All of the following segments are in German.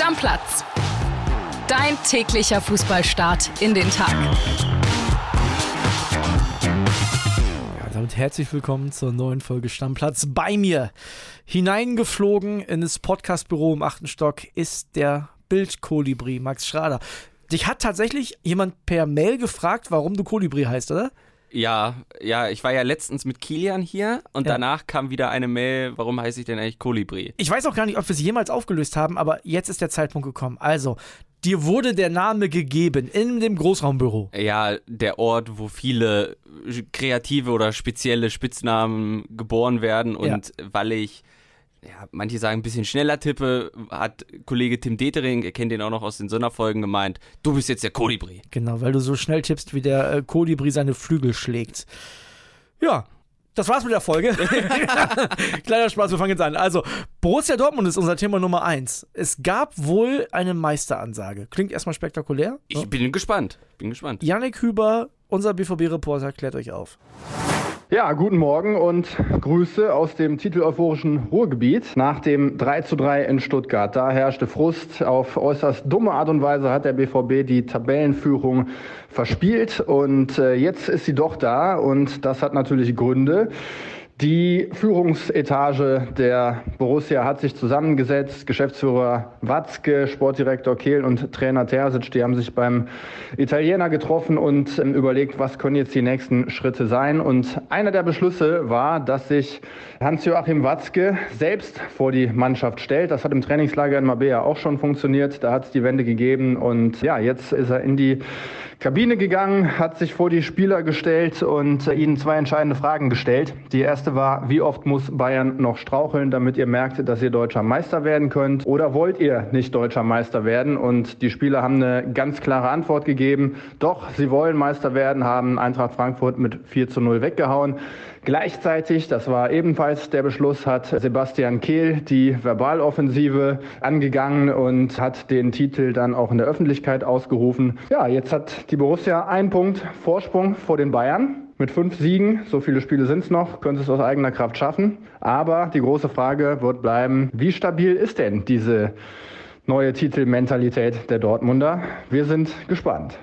Stammplatz. Dein täglicher Fußballstart in den Tag. Ja, damit herzlich willkommen zur neuen Folge Stammplatz. Bei mir hineingeflogen in das Podcastbüro im 8. Stock ist der Bildkolibri Max Schrader. Dich hat tatsächlich jemand per Mail gefragt, warum du Kolibri heißt, oder? Ja, ich war ja letztens mit Kilian hier und danach kam wieder eine Mail, warum heiße ich denn eigentlich Kolibri? Ich weiß auch gar nicht, ob wir es jemals aufgelöst haben, aber jetzt ist der Zeitpunkt gekommen. Also, dir wurde der Name gegeben in dem Großraumbüro. Ja, der Ort, wo viele kreative oder spezielle Spitznamen geboren werden und weil ich, manche sagen ein bisschen schneller tippe, hat Kollege Tim Detering, ihr kennt ihn auch noch aus den Sonderfolgen, gemeint, du bist jetzt der Kolibri. Genau, weil du so schnell tippst, wie der Kolibri seine Flügel schlägt. Ja, das war's mit der Folge. Kleiner Spaß, wir fangen jetzt an. Also, Borussia Dortmund ist unser Thema Nummer 1. Es gab wohl eine Meisteransage. Klingt erstmal spektakulär. Ich bin gespannt. Yannick Hüber, unser BVB-Reporter, klärt euch auf. Ja, guten Morgen und Grüße aus dem titeleuphorischen Ruhrgebiet. Nach dem 3:3 in Stuttgart, da herrschte Frust. Auf äußerst dumme Art und Weise hat der BVB die Tabellenführung verspielt und jetzt ist sie doch da und das hat natürlich Gründe. Die Führungsetage der Borussia hat sich zusammengesetzt. Geschäftsführer Watzke, Sportdirektor Kehl und Trainer Terzic, die haben sich beim Italiener getroffen und überlegt, was können jetzt die nächsten Schritte sein. Und einer der Beschlüsse war, dass sich Hans-Joachim Watzke selbst vor die Mannschaft stellt. Das hat im Trainingslager in Marbella auch schon funktioniert. Da hat es die Wende gegeben und ja, jetzt ist er in die Kabine gegangen, hat sich vor die Spieler gestellt und ihnen 2 entscheidende Fragen gestellt. Die erste war, wie oft muss Bayern noch straucheln, damit ihr merkt, dass ihr deutscher Meister werden könnt? Oder wollt ihr nicht deutscher Meister werden? Und die Spieler haben eine ganz klare Antwort gegeben. Doch, sie wollen Meister werden, haben Eintracht Frankfurt mit 4:0 weggehauen. Gleichzeitig, das war ebenfalls der Beschluss, hat Sebastian Kehl die Verbaloffensive angegangen und hat den Titel dann auch in der Öffentlichkeit ausgerufen. Ja, jetzt hat die Borussia 1 Punkt Vorsprung vor den Bayern. Mit 5 Siegen, so viele Spiele sind es noch, können sie es aus eigener Kraft schaffen. Aber die große Frage wird bleiben, wie stabil ist denn diese neue Titelmentalität der Dortmunder? Wir sind gespannt.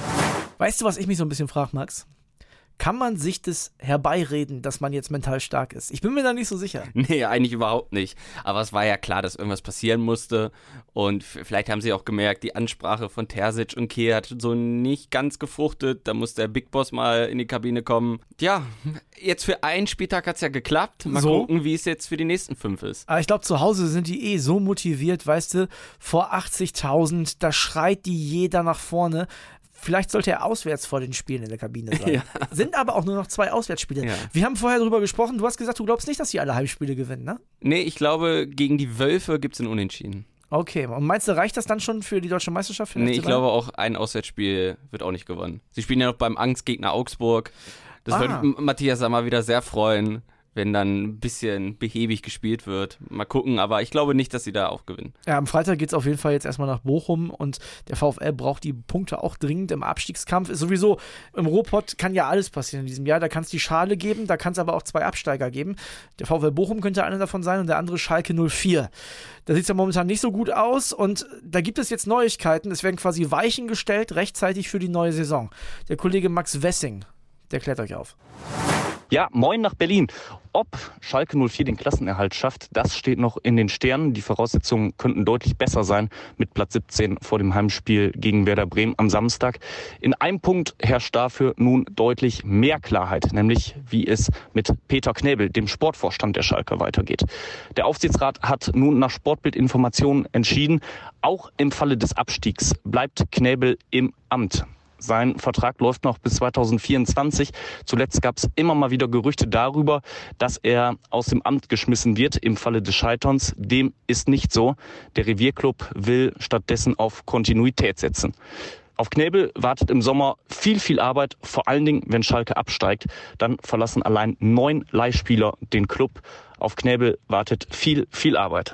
Weißt du, was ich mich so ein bisschen frage, Max? Kann man sich das herbeireden, dass man jetzt mental stark ist? Ich bin mir da nicht so sicher. Nee, eigentlich überhaupt nicht. Aber es war ja klar, dass irgendwas passieren musste. Und vielleicht haben sie auch gemerkt, die Ansprache von Terzic und Kehl hat so nicht ganz gefruchtet. Da muss der Big Boss mal in die Kabine kommen. Ja, jetzt für einen Spieltag hat es ja geklappt. Mal gucken, wie es jetzt für die nächsten 5 ist. Aber ich glaube, zu Hause sind die so motiviert, weißt du, vor 80.000, da schreit die jeder nach vorne. Vielleicht sollte er auswärts vor den Spielen in der Kabine sein. Ja. Sind aber auch nur noch 2 Auswärtsspiele. Ja. Wir haben vorher darüber gesprochen. Du hast gesagt, du glaubst nicht, dass die alle Heimspiele gewinnen, ne? Nee, ich glaube, gegen die Wölfe gibt es ein Unentschieden. Okay, und meinst du, reicht das dann schon für die deutsche Meisterschaft? Nee, ich glaube auch, ein Auswärtsspiel wird auch nicht gewonnen. Sie spielen ja noch beim Angstgegner Augsburg. Das wird Matthias Sammer wieder sehr freuen, wenn dann ein bisschen behäbig gespielt wird. Mal gucken, aber ich glaube nicht, dass sie da auch gewinnen. Ja, am Freitag geht es auf jeden Fall jetzt erstmal nach Bochum und der VfL braucht die Punkte auch dringend im Abstiegskampf. Ist sowieso, im Ruhrpott kann ja alles passieren in diesem Jahr. Da kann es die Schale geben, da kann es aber auch 2 Absteiger geben. Der VfL Bochum könnte einer davon sein und der andere Schalke 04. Da sieht es ja momentan nicht so gut aus und da gibt es jetzt Neuigkeiten. Es werden quasi Weichen gestellt, rechtzeitig für die neue Saison. Der Kollege Max Wessing, der klärt euch auf. Ja, moin nach Berlin. Ob Schalke 04 den Klassenerhalt schafft, das steht noch in den Sternen. Die Voraussetzungen könnten deutlich besser sein mit Platz 17 vor dem Heimspiel gegen Werder Bremen am Samstag. In einem Punkt herrscht dafür nun deutlich mehr Klarheit, nämlich wie es mit Peter Knebel, dem Sportvorstand der Schalke, weitergeht. Der Aufsichtsrat hat nun nach Sportbildinformationen entschieden, auch im Falle des Abstiegs bleibt Knebel im Amt. Sein Vertrag läuft noch bis 2024. Zuletzt gab es immer mal wieder Gerüchte darüber, dass er aus dem Amt geschmissen wird im Falle des Scheiterns. Dem ist nicht so. Der Revierclub will stattdessen auf Kontinuität setzen. Auf Knebel wartet im Sommer viel Arbeit, vor allen Dingen, wenn Schalke absteigt. Dann verlassen allein 9 Leihspieler den Club. Auf Knebel wartet viel Arbeit.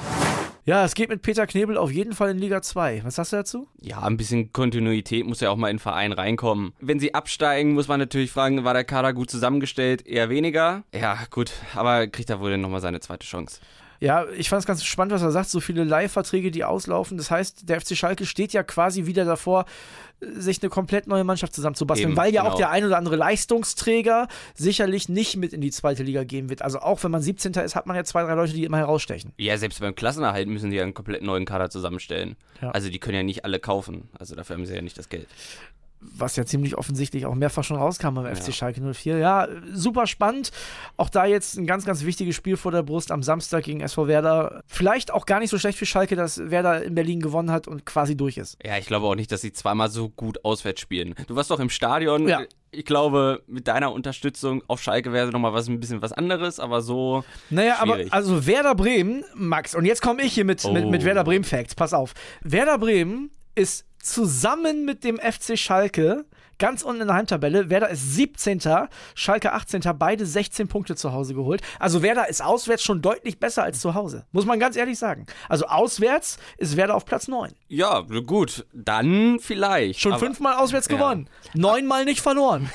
Ja, es geht mit Peter Knebel auf jeden Fall in Liga 2. Was sagst du dazu? Ja, ein bisschen Kontinuität muss ja auch mal in den Verein reinkommen. Wenn sie absteigen, muss man natürlich fragen, war der Kader gut zusammengestellt? Eher weniger. Ja, gut, aber kriegt er wohl dann nochmal seine zweite Chance. Ja, ich fand es ganz spannend, was er sagt, so viele Leihverträge, die auslaufen. Das heißt, der FC Schalke steht ja quasi wieder davor, sich eine komplett neue Mannschaft zusammenzubasteln, Eben, weil ja genau. auch der ein oder andere Leistungsträger sicherlich nicht mit in die zweite Liga gehen wird. Also auch wenn man 17. ist, hat man ja 2, 3 Leute, die immer herausstechen. Ja, selbst beim Klassenerhalt müssen die ja einen komplett neuen Kader zusammenstellen. Ja. Also die können ja nicht alle kaufen. Also dafür haben sie ja nicht das Geld. Was ja ziemlich offensichtlich auch mehrfach schon rauskam beim FC Ja. Schalke 04. Ja, super spannend. Auch da jetzt ein ganz, ganz wichtiges Spiel vor der Brust am Samstag gegen SV Werder. Vielleicht auch gar nicht so schlecht für Schalke, dass Werder in Berlin gewonnen hat und quasi durch ist. Ja, ich glaube auch nicht, dass sie zweimal so gut auswärts spielen. Du warst doch im Stadion. Ja. Ich glaube, mit deiner Unterstützung auf Schalke wäre nochmal ein bisschen was anderes, aber so Naja, schwierig. aber also Werder Bremen, Max, und jetzt komme ich hier mit Werder Bremen Facts. Pass auf. Werder Bremen ist zusammen mit dem FC Schalke ganz unten in der Heimtabelle. Werder ist 17., Schalke 18., beide 16 Punkte zu Hause geholt. Also Werder ist auswärts schon deutlich besser als zu Hause. Muss man ganz ehrlich sagen. Also auswärts ist Werder auf Platz 9. Ja, gut, dann vielleicht. Schon aber 5-mal auswärts ja. gewonnen. 9-mal nicht verloren.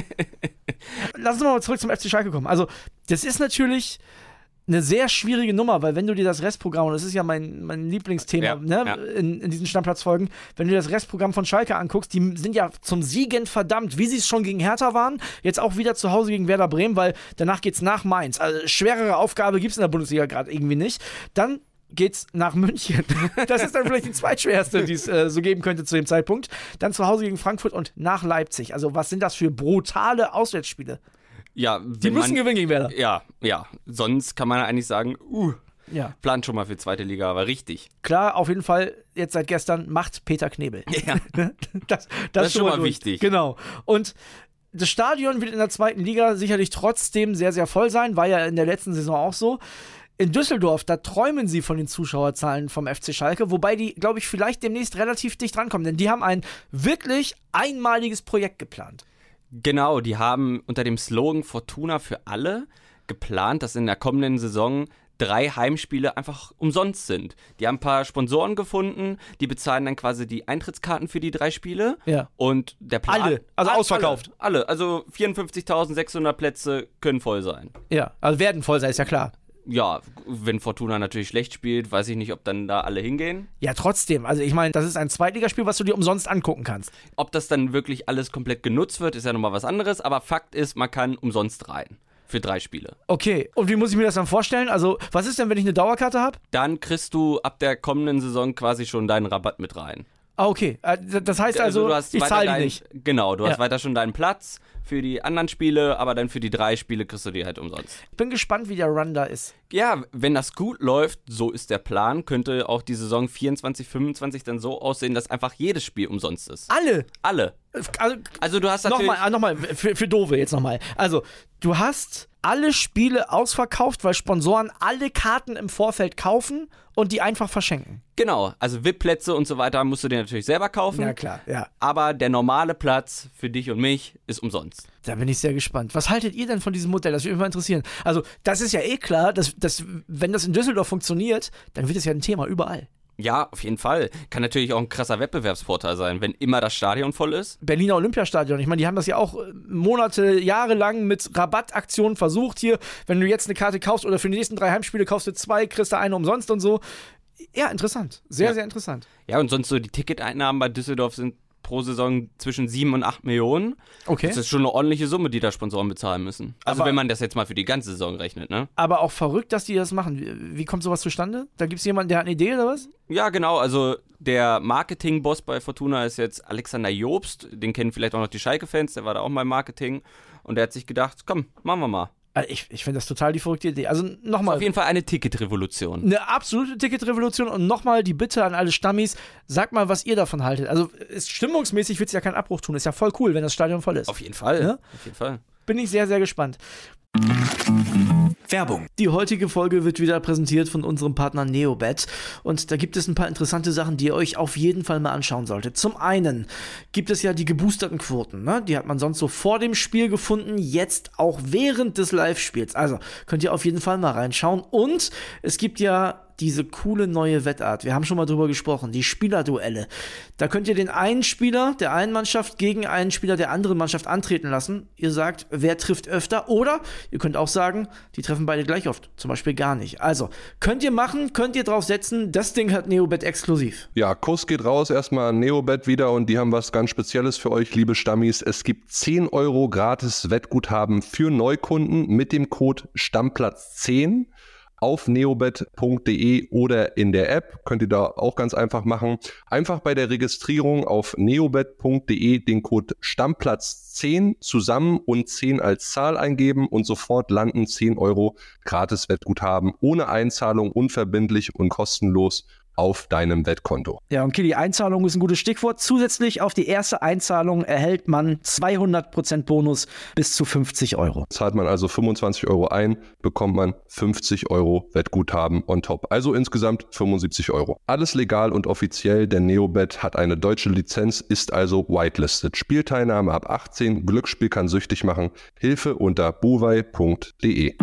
Lass uns mal zurück zum FC Schalke kommen. Also das ist natürlich eine sehr schwierige Nummer, weil wenn du dir das Restprogramm, und das ist ja mein Lieblingsthema Ja, ne, ja. in diesen Stammplatzfolgen, wenn du dir das Restprogramm von Schalke anguckst, die sind ja zum Siegen verdammt, wie sie es schon gegen Hertha waren, jetzt auch wieder zu Hause gegen Werder Bremen, weil danach geht's nach Mainz. Also schwerere Aufgabe gibt's in der Bundesliga gerade irgendwie nicht. Dann geht's nach München. Das ist dann vielleicht die zweitschwerste, die es so geben könnte zu dem Zeitpunkt. Dann zu Hause gegen Frankfurt und nach Leipzig. Also was sind das für brutale Auswärtsspiele? Ja, Die müssen gewinnen gegen Werder. Ja. Sonst kann man eigentlich sagen, Ja. plant schon mal für zweite Liga, aber richtig. Klar, auf jeden Fall, jetzt seit gestern macht Peter Knebel. Ja. Das ist schon mal durch. wichtig. Genau. Und das Stadion wird in der zweiten Liga sicherlich trotzdem sehr, sehr voll sein. War ja in der letzten Saison auch so. In Düsseldorf, da träumen sie von den Zuschauerzahlen vom FC Schalke, wobei die, glaube ich, vielleicht demnächst relativ dicht rankommen, denn die haben ein wirklich einmaliges Projekt geplant. Genau, die haben unter dem Slogan Fortuna für alle geplant, dass in der kommenden Saison 3 Heimspiele einfach umsonst sind. Die haben ein paar Sponsoren gefunden, die bezahlen dann quasi die Eintrittskarten für die 3 Spiele. Ja. Und der Plan... Alle, also ausverkauft. Alle, also 54.600 Plätze können voll sein. Ja, also werden voll sein, ist ja klar. Ja, wenn Fortuna natürlich schlecht spielt, weiß ich nicht, ob dann da alle hingehen. Ja, trotzdem. Also ich meine, das ist ein Zweitligaspiel, was du dir umsonst angucken kannst. Ob das dann wirklich alles komplett genutzt wird, ist ja nochmal was anderes. Aber Fakt ist, man kann umsonst rein. Für 3 Spiele. Okay, und wie muss ich mir das dann vorstellen? Also, was ist denn, wenn ich eine Dauerkarte habe? Dann kriegst du ab der kommenden Saison quasi schon deinen Rabatt mit rein. Ah, okay. Das heißt also, du hast ich weiter zahle die nicht. Genau, du Ja. hast weiter schon deinen Platz für die anderen Spiele, aber dann für die 3 Spiele kriegst du die halt umsonst. Ich bin gespannt, wie der Run da ist. Ja, wenn das gut läuft, so ist der Plan, könnte auch die Saison 24, 25 dann so aussehen, dass einfach jedes Spiel umsonst ist. Alle. Alle. Also du hast natürlich... Nochmal, für Dove jetzt nochmal. Also, du hast alle Spiele ausverkauft, weil Sponsoren alle Karten im Vorfeld kaufen und die einfach verschenken. Genau, also VIP-Plätze und so weiter musst du dir natürlich selber kaufen. Ja, klar, ja. Aber der normale Platz für dich und mich ist umsonst. Da bin ich sehr gespannt. Was haltet ihr denn von diesem Modell? Das würde mich mal interessieren. Also, das ist ja eh klar, dass wenn das in Düsseldorf funktioniert, dann wird es ja ein Thema überall. Ja, auf jeden Fall. Kann natürlich auch ein krasser Wettbewerbsvorteil sein, wenn immer das Stadion voll ist. Berliner Olympiastadion, ich meine, die haben das ja auch Monate, Jahre lang mit Rabattaktionen versucht hier. Wenn du jetzt eine Karte kaufst oder für die nächsten 3 Heimspiele kaufst du 2, kriegst du eine umsonst und so. Ja, interessant. Sehr, sehr interessant. Ja, und sonst so die Ticketeinnahmen bei Düsseldorf sind pro Saison zwischen 7 und 8 Millionen. Okay. Das ist schon eine ordentliche Summe, die da Sponsoren bezahlen müssen. Also Aber- wenn man das jetzt mal für die ganze Saison rechnet, ne? Aber auch verrückt, dass die das machen. Wie kommt sowas zustande? Da gibt es jemanden, der hat eine Idee oder was? Ja, genau. Also der Marketing-Boss bei Fortuna ist jetzt Alexander Jobst. Den kennen vielleicht auch noch die Schalke-Fans. Der war da auch mal im Marketing. Und der hat sich gedacht, komm, machen wir mal. Also ich finde das total die verrückte Idee. Also nochmal, Auf jeden Fall eine Ticketrevolution. eine absolute Ticketrevolution und nochmal die Bitte an alle Stammis, sagt mal, was ihr davon haltet. Also stimmungsmäßig wird es ja keinen Abbruch tun. Ist ja voll cool, wenn das Stadion voll ist. Auf jeden Fall. Ja? Auf jeden Fall. Bin ich sehr, sehr gespannt. Werbung. Die heutige Folge wird wieder präsentiert von unserem Partner Neobet und da gibt es ein paar interessante Sachen, die ihr euch auf jeden Fall mal anschauen solltet. Zum einen gibt es ja die geboosterten Quoten, ne? Die hat man sonst so vor dem Spiel gefunden, jetzt auch während des Live-Spiels. Also könnt ihr auf jeden Fall mal reinschauen und es gibt ja diese coole neue Wettart. Wir haben schon mal drüber gesprochen, die Spielerduelle. Da könnt ihr den einen Spieler der einen Mannschaft gegen einen Spieler der anderen Mannschaft antreten lassen. Ihr sagt, wer trifft öfter, oder ihr könnt auch sagen, die treffen beide gleich oft, zum Beispiel gar nicht. Also, könnt ihr machen, könnt ihr drauf setzen, das Ding hat Neobet exklusiv. Ja, Kuss geht raus, erstmal an Neobet wieder und die haben was ganz Spezielles für euch, liebe Stammis. Es gibt 10 € gratis Wettguthaben für Neukunden mit dem Code Stammplatz10 auf neobet.de oder in der App. Könnt ihr da auch ganz einfach machen. Einfach bei der Registrierung auf neobet.de den Code Stammplatz10 zusammen und 10 als Zahl eingeben und sofort landen 10 € gratis Wettguthaben ohne Einzahlung, unverbindlich und kostenlos auf deinem Wettkonto. Ja, und Kili, Einzahlung ist ein gutes Stichwort. Zusätzlich auf die erste Einzahlung erhält man 200% Bonus bis zu 50 €. Zahlt man also 25 € ein, bekommt man 50 € Wettguthaben on top. Also insgesamt 75 €. Alles legal und offiziell, denn Neobet hat eine deutsche Lizenz, ist also whitelisted. Spielteilnahme ab 18, Glücksspiel kann süchtig machen. Hilfe unter buwei.de.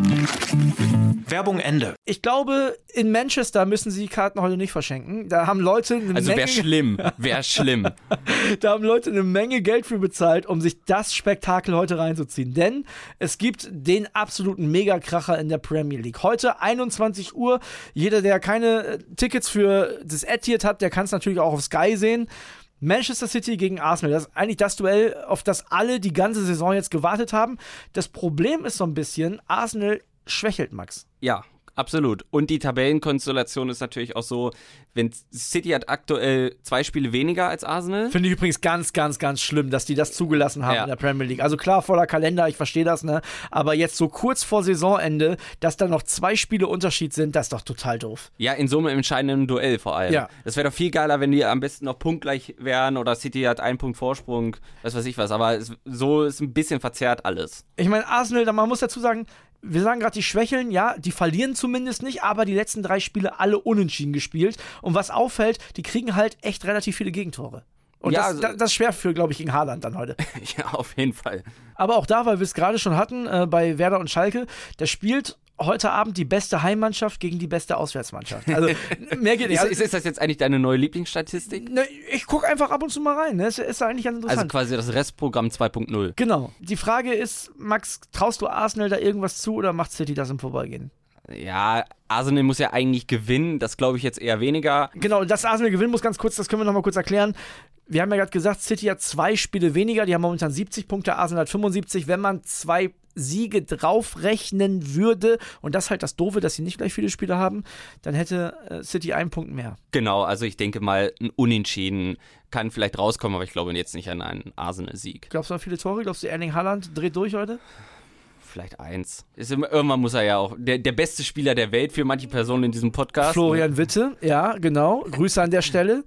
Werbung Ende. Ich glaube, in Manchester müssen sie die Karten heute nicht verschenken. Da haben Leute eine Also Menge... wäre schlimm. Da haben Leute eine Menge Geld für bezahlt, um sich das Spektakel heute reinzuziehen. Denn es gibt den absoluten Megakracher in der Premier League. Heute 21 Uhr. Jeder, der keine Tickets für das Etihad hat, der kann es natürlich auch auf Sky sehen. Manchester City gegen Arsenal. Das ist eigentlich das Duell, auf das alle die ganze Saison jetzt gewartet haben. Das Problem ist so ein bisschen, Arsenal schwächelt, Max. Ja, absolut. Und die Tabellenkonstellation ist natürlich auch so, wenn City hat aktuell 2 Spiele weniger als Arsenal. Finde ich übrigens ganz, ganz, ganz schlimm, dass die das zugelassen haben Ja. in der Premier League. Also klar, voller Kalender, ich verstehe das, ne? Aber jetzt so kurz vor Saisonende, dass da noch 2 Spiele Unterschied sind, das ist doch total doof. Ja, in so einem entscheidenden Duell vor allem. Ja. Das wäre doch viel geiler, wenn die am besten noch punktgleich wären oder City hat 1 Punkt Vorsprung, weiß ich was. Aber so ist ein bisschen verzerrt alles. Ich meine, Arsenal, man muss dazu sagen, wir sagen gerade, die schwächeln, ja, die verlieren zumindest nicht, aber die letzten 3 Spiele alle unentschieden gespielt. Und was auffällt, die kriegen halt echt relativ viele Gegentore. Und Ja, das ist schwer für, glaube ich, gegen Haaland dann heute. Ja, auf jeden Fall. Aber auch da, weil wir es gerade schon hatten, bei Werder und Schalke, da spielt heute Abend die beste Heimmannschaft gegen die beste Auswärtsmannschaft. Also mehr geht nicht. Ist das jetzt eigentlich deine neue Lieblingsstatistik? Ne, ich gucke einfach ab und zu mal rein. Ne? Ist eigentlich ganz Also interessant. quasi das Restprogramm 2.0. Genau. Die Frage ist, Max, traust du Arsenal da irgendwas zu oder macht City das im Vorbeigehen? Ja, Arsenal muss ja eigentlich gewinnen, das glaube ich jetzt eher weniger. Genau, dass Arsenal gewinnen muss, ganz kurz, das können wir nochmal kurz erklären. Wir haben ja gerade gesagt, City hat 2 Spiele weniger, die haben momentan 70 Punkte, Arsenal hat 75. Wenn man 2 Siege draufrechnen würde, und das ist halt das Doofe, dass sie nicht gleich viele Spiele haben, dann hätte City 1 Punkt mehr. Genau, also ich denke mal, ein Unentschieden kann vielleicht rauskommen, aber ich glaube jetzt nicht an einen Arsenal-Sieg. Glaubst du an viele Tore? Glaubst du, Erling Haaland dreht durch heute? Vielleicht 1. Irgendwann muss er ja auch, der beste Spieler der Welt für manche Personen in diesem Podcast. Florian Witte, ja, genau. Grüße an der Stelle.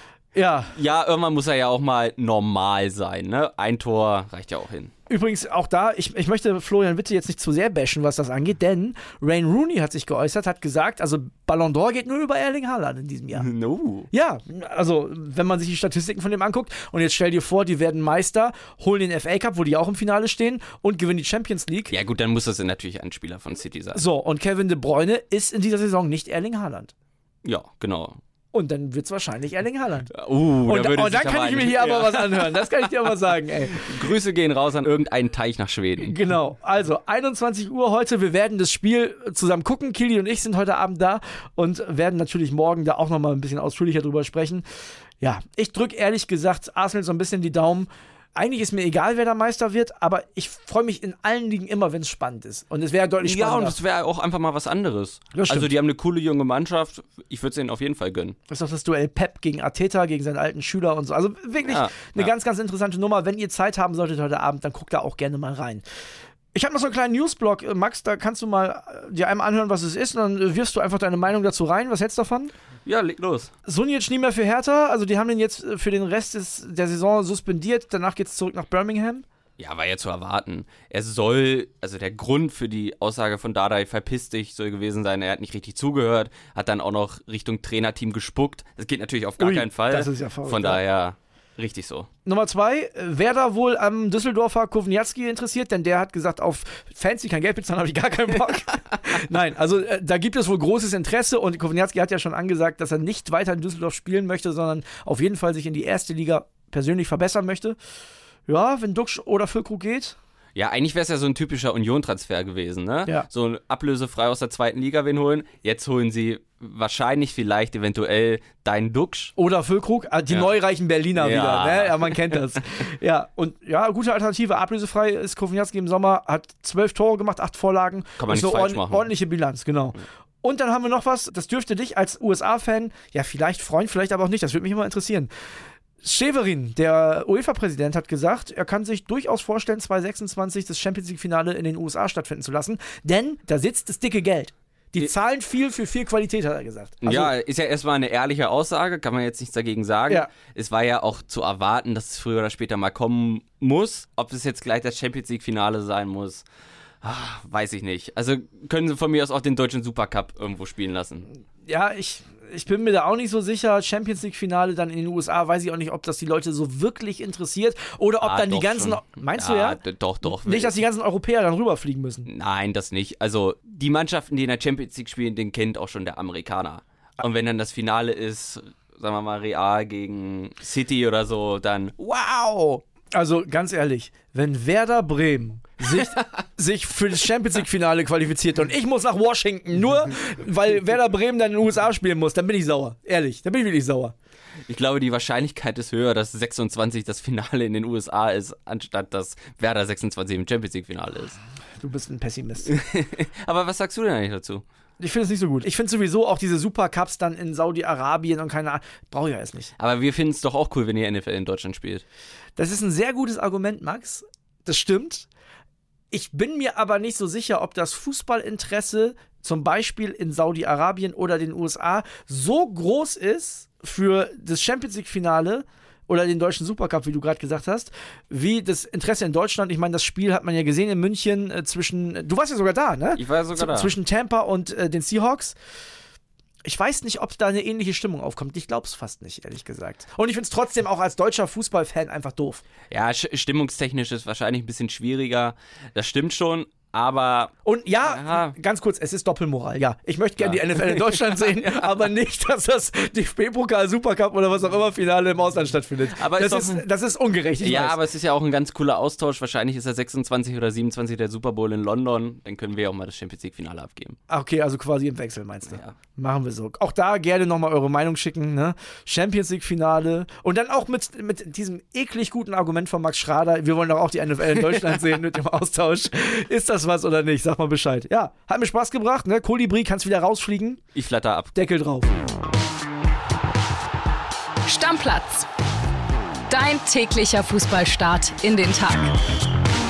Ja. Ja, irgendwann muss er ja auch mal normal sein, ne? 1 Tor reicht ja auch hin. Übrigens auch da, ich möchte Florian Witte jetzt nicht zu sehr bashen, was das angeht, denn Wayne Rooney hat sich geäußert, hat gesagt, also Ballon d'Or geht nur über Erling Haaland in diesem Jahr. No. Ja, also wenn man sich die Statistiken von dem anguckt und jetzt stell dir vor, die werden Meister, holen den FA Cup, wo die auch im Finale stehen und gewinnen die Champions League. Ja gut, dann muss das natürlich ein Spieler von City sein. So, und Kevin De Bruyne ist in dieser Saison nicht Erling Haaland. Ja, genau. Und dann wird es wahrscheinlich Erling Haaland. Und dann kann ich mir hier aber was anhören. Das kann ich dir aber sagen, ey. Grüße gehen raus an irgendeinen Teich nach Schweden. Genau. Also 21 Uhr heute. Wir werden das Spiel zusammen gucken. Kili und ich sind heute Abend da und werden natürlich morgen da auch nochmal ein bisschen ausführlicher drüber sprechen. Ja, ich drücke ehrlich gesagt Arsenal so ein bisschen die Daumen. Eigentlich ist mir egal, wer da Meister wird, aber ich freue mich in allen Ligen immer, wenn es spannend ist. Und es wäre deutlich spannender. Ja, und es wäre auch einfach mal was anderes. Das stimmt. Also die haben eine coole junge Mannschaft. Ich würde es ihnen auf jeden Fall gönnen. Das ist auch das Duell Pep gegen Arteta, gegen seinen alten Schüler und so. Also wirklich eine ganz, ganz interessante Nummer. Wenn ihr Zeit haben solltet heute Abend, dann guckt da auch gerne mal rein. Ich habe noch so einen kleinen Newsblog, Max, da kannst du mal dir einmal anhören, was es ist, und dann wirfst du einfach deine Meinung dazu rein. Was hältst du davon? Ja, leg los. Sunic nie mehr für Hertha, also die haben den jetzt für den Rest der Saison suspendiert, danach geht's zurück nach Birmingham. Ja, war ja zu erwarten. Also der Grund für die Aussage von Dardai, verpiss dich, soll gewesen sein, er hat nicht richtig zugehört, hat dann auch noch Richtung Trainerteam gespuckt. Das geht natürlich auf gar keinen Fall. Das ist ja verrückt. Von daher, Richtig so. Nummer 2, Werder wohl am Düsseldorfer Kowniatski interessiert, denn der hat gesagt, auf Fans, die kein Geld bezahlen, habe ich gar keinen Bock. Nein, also da gibt es wohl großes Interesse und Kowniatski hat ja schon angesagt, dass er nicht weiter in Düsseldorf spielen möchte, sondern auf jeden Fall sich in die erste Liga persönlich verbessern möchte. Ja, wenn Duxch oder Füllkrug geht. Ja, eigentlich wäre es ja so ein typischer Union-Transfer gewesen, ne? Ja. So ablösefrei aus der zweiten Liga wen holen. Jetzt holen sie wahrscheinlich, vielleicht, eventuell deinen Duxch. Oder Füllkrug, die neureichen Berliner wieder, ne? Ja, man kennt das. Ja, und ja, gute Alternative, ablösefrei ist Kowniatski im Sommer, hat 12 Tore gemacht, 8 Vorlagen. Kann man ist nicht eine falsch machen. Ordentliche Bilanz, genau. Und dann haben wir noch was, das dürfte dich als USA-Fan, ja vielleicht freuen, vielleicht aber auch nicht, das würde mich immer interessieren. Severin, der UEFA-Präsident, hat gesagt, er kann sich durchaus vorstellen, 2026 das Champions-League-Finale in den USA stattfinden zu lassen, denn da sitzt das dicke Geld. Die zahlen viel für viel Qualität, hat er gesagt. Also, ja, ist ja erstmal eine ehrliche Aussage, kann man jetzt nichts dagegen sagen. Ja. Es war ja auch zu erwarten, dass es früher oder später mal kommen muss. Ob es jetzt gleich das Champions-League-Finale sein muss, weiß ich nicht. Also können sie von mir aus auch den deutschen Supercup irgendwo spielen lassen. Ja, ich bin mir da auch nicht so sicher. Champions-League-Finale dann in den USA, weiß ich auch nicht, ob das die Leute so wirklich interessiert oder ob dann die ganzen, schon. Meinst du ja? Doch. Nicht, dass die ganzen Europäer dann rüberfliegen müssen. Nein, das nicht. Also die Mannschaften, die in der Champions League spielen, den kennt auch schon der Amerikaner. Und wenn dann das Finale ist, sagen wir mal Real gegen City oder so, dann wow! Also ganz ehrlich, wenn Werder Bremen sich für das Champions-League-Finale qualifiziert und ich muss nach Washington, nur weil Werder Bremen dann in den USA spielen muss, dann bin ich sauer. Ehrlich, dann bin ich wirklich sauer. Ich glaube, die Wahrscheinlichkeit ist höher, dass 26 das Finale in den USA ist, anstatt dass Werder 26 im Champions-League-Finale ist. Du bist ein Pessimist. Aber was sagst du denn eigentlich dazu? Ich finde es nicht so gut. Ich finde sowieso auch diese Supercups dann in Saudi-Arabien und keine Ahnung, brauche ich ja erst nicht. Aber wir finden es doch auch cool, wenn die NFL in Deutschland spielt. Das ist ein sehr gutes Argument, Max. Das stimmt. Ich bin mir aber nicht so sicher, ob das Fußballinteresse zum Beispiel in Saudi-Arabien oder den USA so groß ist für das Champions-League-Finale oder den deutschen Supercup, wie du gerade gesagt hast, wie das Interesse in Deutschland. Ich meine, das Spiel hat man ja gesehen in München zwischen, du warst ja sogar da, ne? Ich war ja sogar da. Zwischen Tampa und den Seahawks. Ich weiß nicht, ob da eine ähnliche Stimmung aufkommt. Ich glaube es fast nicht, ehrlich gesagt. Und ich finde es trotzdem auch als deutscher Fußballfan einfach doof. Ja, stimmungstechnisch ist wahrscheinlich ein bisschen schwieriger. Das stimmt schon. Aber. Und ja, ganz kurz, es ist Doppelmoral, ja. Ich möchte gerne die NFL in Deutschland sehen, aber nicht, dass das DFB-Pokal, Supercup oder was auch immer Finale im Ausland stattfindet. Aber das ist ungerecht. Ich weiß. Aber es ist ja auch ein ganz cooler Austausch. Wahrscheinlich ist der 26 oder 27 der Super Bowl in London. Dann können wir ja auch mal das Champions League-Finale abgeben. Okay, also quasi im Wechsel, meinst du? Ja. Machen wir so. Auch da gerne nochmal eure Meinung schicken, ne? Champions League-Finale. Und dann auch mit diesem eklig guten Argument von Max Schrader. Wir wollen doch auch die NFL in Deutschland sehen mit dem Austausch. Ist das was oder nicht? Sag mal Bescheid. Ja, hat mir Spaß gebracht, ne? Kolibri, kannst wieder rausfliegen. Ich flatter ab. Deckel drauf. Stammplatz. Dein täglicher Fußballstart in den Tag.